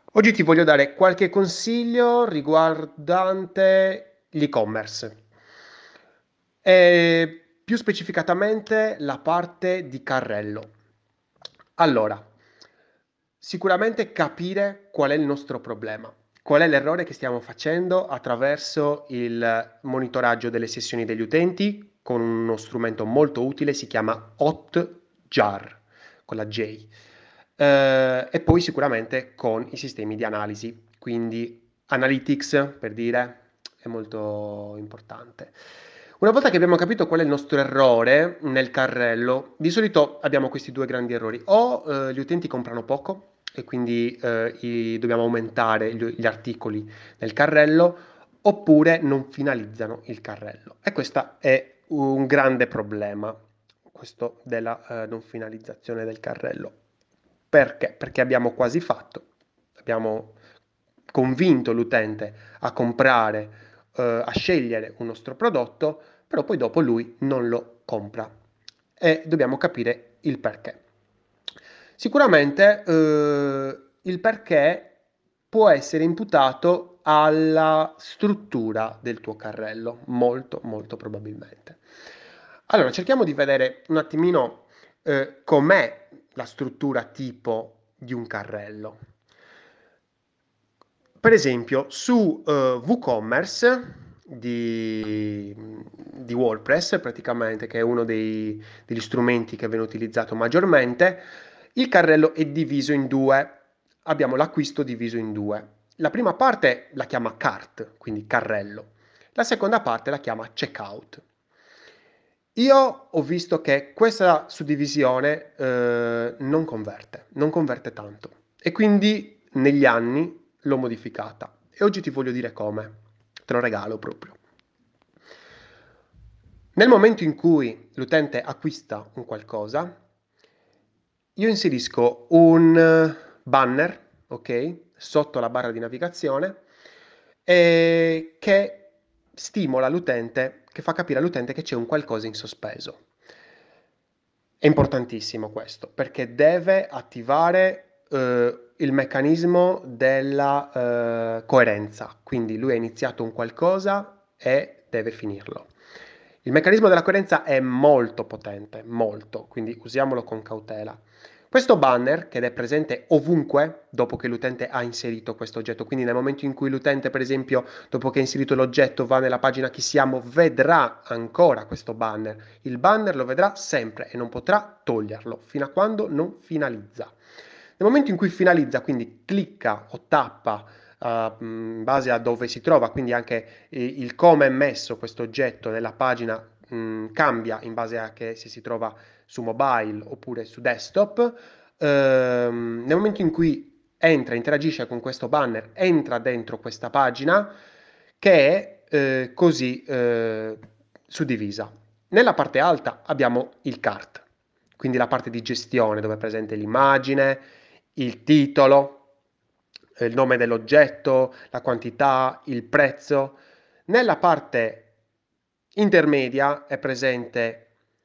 Oggi ti voglio dare qualche consiglio riguardante l'e-commerce e più specificatamente la parte di carrello. Allora, sicuramente capire qual è il nostro problema, qual è l'errore che stiamo facendo attraverso il monitoraggio delle sessioni degli utenti con uno strumento molto utile, si chiama Hotjar con la J. E poi sicuramente con i sistemi di analisi, quindi Analytics per dire è molto importante. Una volta che abbiamo capito qual è il nostro errore nel carrello, di solito abbiamo questi due grandi errori. O gli utenti comprano poco e quindi dobbiamo aumentare gli articoli nel carrello, oppure non finalizzano il carrello. E questo è un grande problema, questo della non finalizzazione del carrello. Perché? Perché abbiamo quasi fatto, abbiamo convinto l'utente a comprare, a scegliere un nostro prodotto, però poi dopo lui non lo compra e dobbiamo capire il perché. Sicuramente il perché può essere imputato alla struttura del tuo carrello, molto molto probabilmente. Allora, cerchiamo di vedere un attimino com'è la struttura tipo di un carrello. Per esempio, su WooCommerce di WordPress, praticamente, che è uno degli strumenti che viene utilizzato maggiormente, il carrello è diviso in due. Abbiamo l'acquisto diviso in due. La prima parte la chiama cart, quindi carrello. La seconda parte la chiama checkout. Io ho visto che questa suddivisione non converte tanto e quindi negli anni l'ho modificata e oggi ti voglio dire come. Te lo regalo proprio. Nel momento in cui l'utente acquista un qualcosa, io inserisco un banner, ok, sotto la barra di navigazione, che stimola l'utente, che fa capire all'utente che c'è un qualcosa in sospeso. È importantissimo questo, perché deve attivare il meccanismo della coerenza. Quindi lui ha iniziato un qualcosa e deve finirlo. Il meccanismo della coerenza è molto potente, molto, quindi usiamolo con cautela. Questo banner, che è presente ovunque dopo che l'utente ha inserito questo oggetto, quindi nel momento in cui l'utente, per esempio, dopo che ha inserito l'oggetto, va nella pagina Chi siamo, vedrà ancora questo banner. Il banner lo vedrà sempre e non potrà toglierlo fino a quando non finalizza. Nel momento in cui finalizza, quindi clicca o tappa in base a dove si trova, quindi anche il come è messo questo oggetto nella pagina cambia in base a che se si trova su mobile oppure su desktop. Nel momento in cui entra, interagisce con questo banner, entra dentro questa pagina che è così suddivisa. Nella parte alta abbiamo il cart, quindi la parte di gestione dove è presente l'immagine, il titolo, il nome dell'oggetto, la quantità, il prezzo. Nella parte intermedia è presente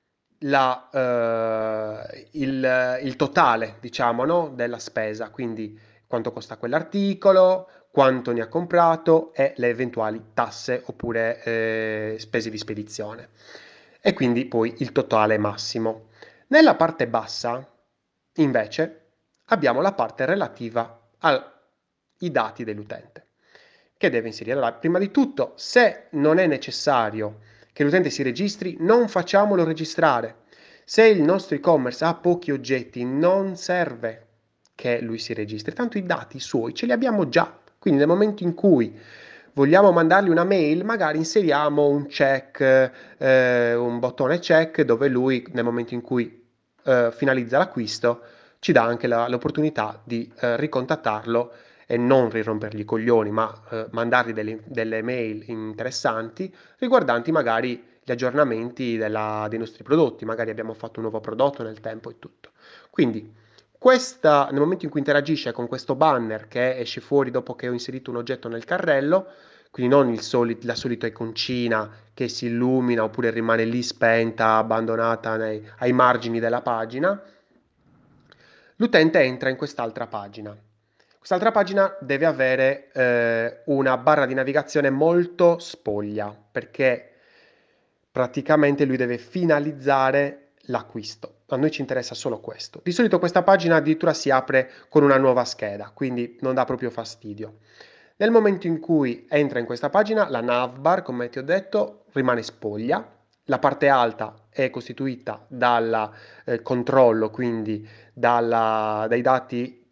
il totale, diciamo, no? Della spesa, quindi quanto costa quell'articolo, quanto ne ha comprato e le eventuali tasse oppure spese di spedizione. E quindi poi il totale massimo. Nella parte bassa, invece, abbiamo la parte relativa ai dati dell'utente, che deve inserire. Allora, prima di tutto, se non è necessario che l'utente si registri, non facciamolo registrare. Se il nostro e-commerce ha pochi oggetti, non serve che lui si registri, tanto i dati suoi ce li abbiamo già. Quindi nel momento in cui vogliamo mandargli una mail, magari inseriamo un check, un bottone check dove lui nel momento in cui finalizza l'acquisto ci dà anche l'opportunità di ricontattarlo e non rirompergli i coglioni, ma mandargli delle mail interessanti riguardanti magari gli aggiornamenti dei nostri prodotti, magari abbiamo fatto un nuovo prodotto nel tempo e tutto. Quindi nel momento in cui interagisce con questo banner che esce fuori dopo che ho inserito un oggetto nel carrello, quindi non la solita iconcina che si illumina oppure rimane lì spenta, abbandonata ai margini della pagina, l'utente entra in quest'altra pagina. Quest'altra pagina deve avere una barra di navigazione molto spoglia, perché praticamente lui deve finalizzare l'acquisto. A noi ci interessa solo questo. Di solito questa pagina addirittura si apre con una nuova scheda, quindi non dà proprio fastidio. Nel momento in cui entra in questa pagina, la navbar, come ti ho detto, rimane spoglia. La parte alta è costituita dal controllo, quindi dai dati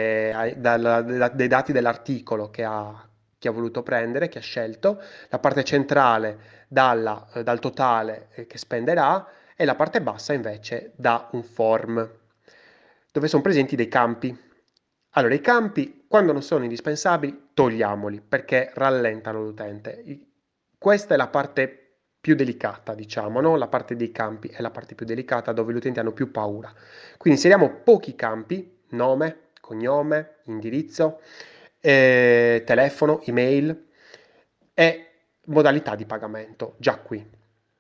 dai dati dell'articolo che ha voluto prendere, che ha scelto, la parte centrale dal totale che spenderà e la parte bassa invece da un form dove sono presenti dei campi. Allora, i campi, quando non sono indispensabili, togliamoli perché rallentano l'utente. Questa è la parte più delicata, diciamo, no? La parte dei campi è la parte più delicata dove gli utenti hanno più paura. Quindi inseriamo pochi campi, nome, cognome, indirizzo, telefono, email e modalità di pagamento, già qui.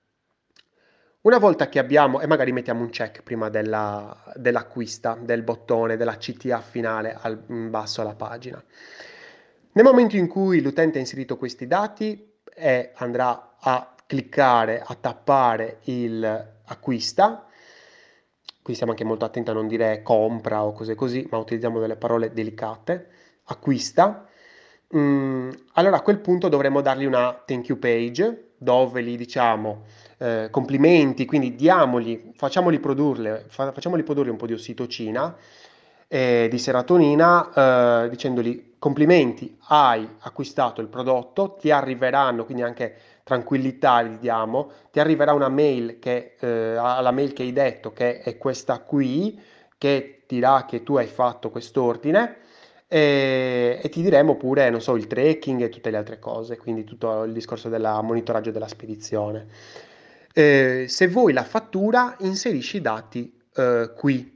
Una volta che abbiamo, e magari mettiamo un check prima dell'acquista, del bottone, della CTA finale in basso alla pagina. Nel momento in cui l'utente ha inserito questi dati e andrà a cliccare, a tappare il acquista, qui stiamo anche molto attenti a non dire compra o cose così, ma utilizziamo delle parole delicate, acquista, allora a quel punto dovremo dargli una thank you page dove gli diciamo complimenti, quindi facciamoli produrre un po' di ossitocina e di serotonina, dicendogli complimenti, hai acquistato il prodotto, ti arriveranno, quindi anche tranquillità gli diamo, ti arriverà una mail alla mail che hai detto che è questa qui, che dirà che tu hai fatto quest'ordine e ti diremo pure, non so, il tracking e tutte le altre cose, quindi tutto il discorso del monitoraggio della spedizione. Se vuoi la fattura, inserisci i dati qui.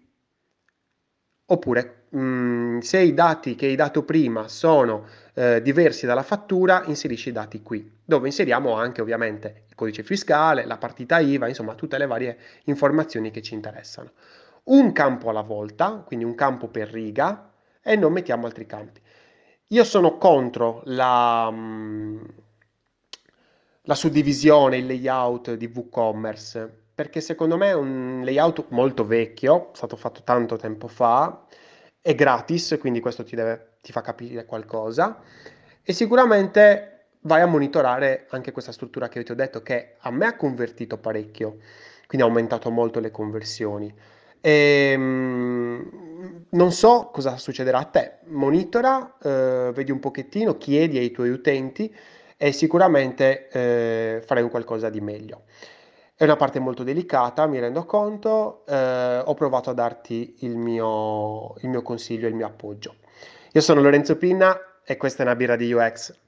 Oppure, se i dati che hai dato prima sono diversi dalla fattura, inserisci i dati qui, dove inseriamo anche ovviamente il codice fiscale, la partita IVA, insomma tutte le varie informazioni che ci interessano. Un campo alla volta, quindi un campo per riga, e non mettiamo altri campi. Io sono contro la suddivisione, il layout di WooCommerce, perché secondo me è un layout molto vecchio, è stato fatto tanto tempo fa, è gratis, quindi questo ti fa capire qualcosa, e sicuramente vai a monitorare anche questa struttura che io ti ho detto che a me ha convertito parecchio, quindi ha aumentato molto le conversioni. Non so cosa succederà a te, monitora, vedi un pochettino, chiedi ai tuoi utenti e sicuramente farei un qualcosa di meglio. È una parte molto delicata, mi rendo conto, ho provato a darti il mio consiglio e il mio appoggio. Io sono Lorenzo Pinna e questa è una birra di UX.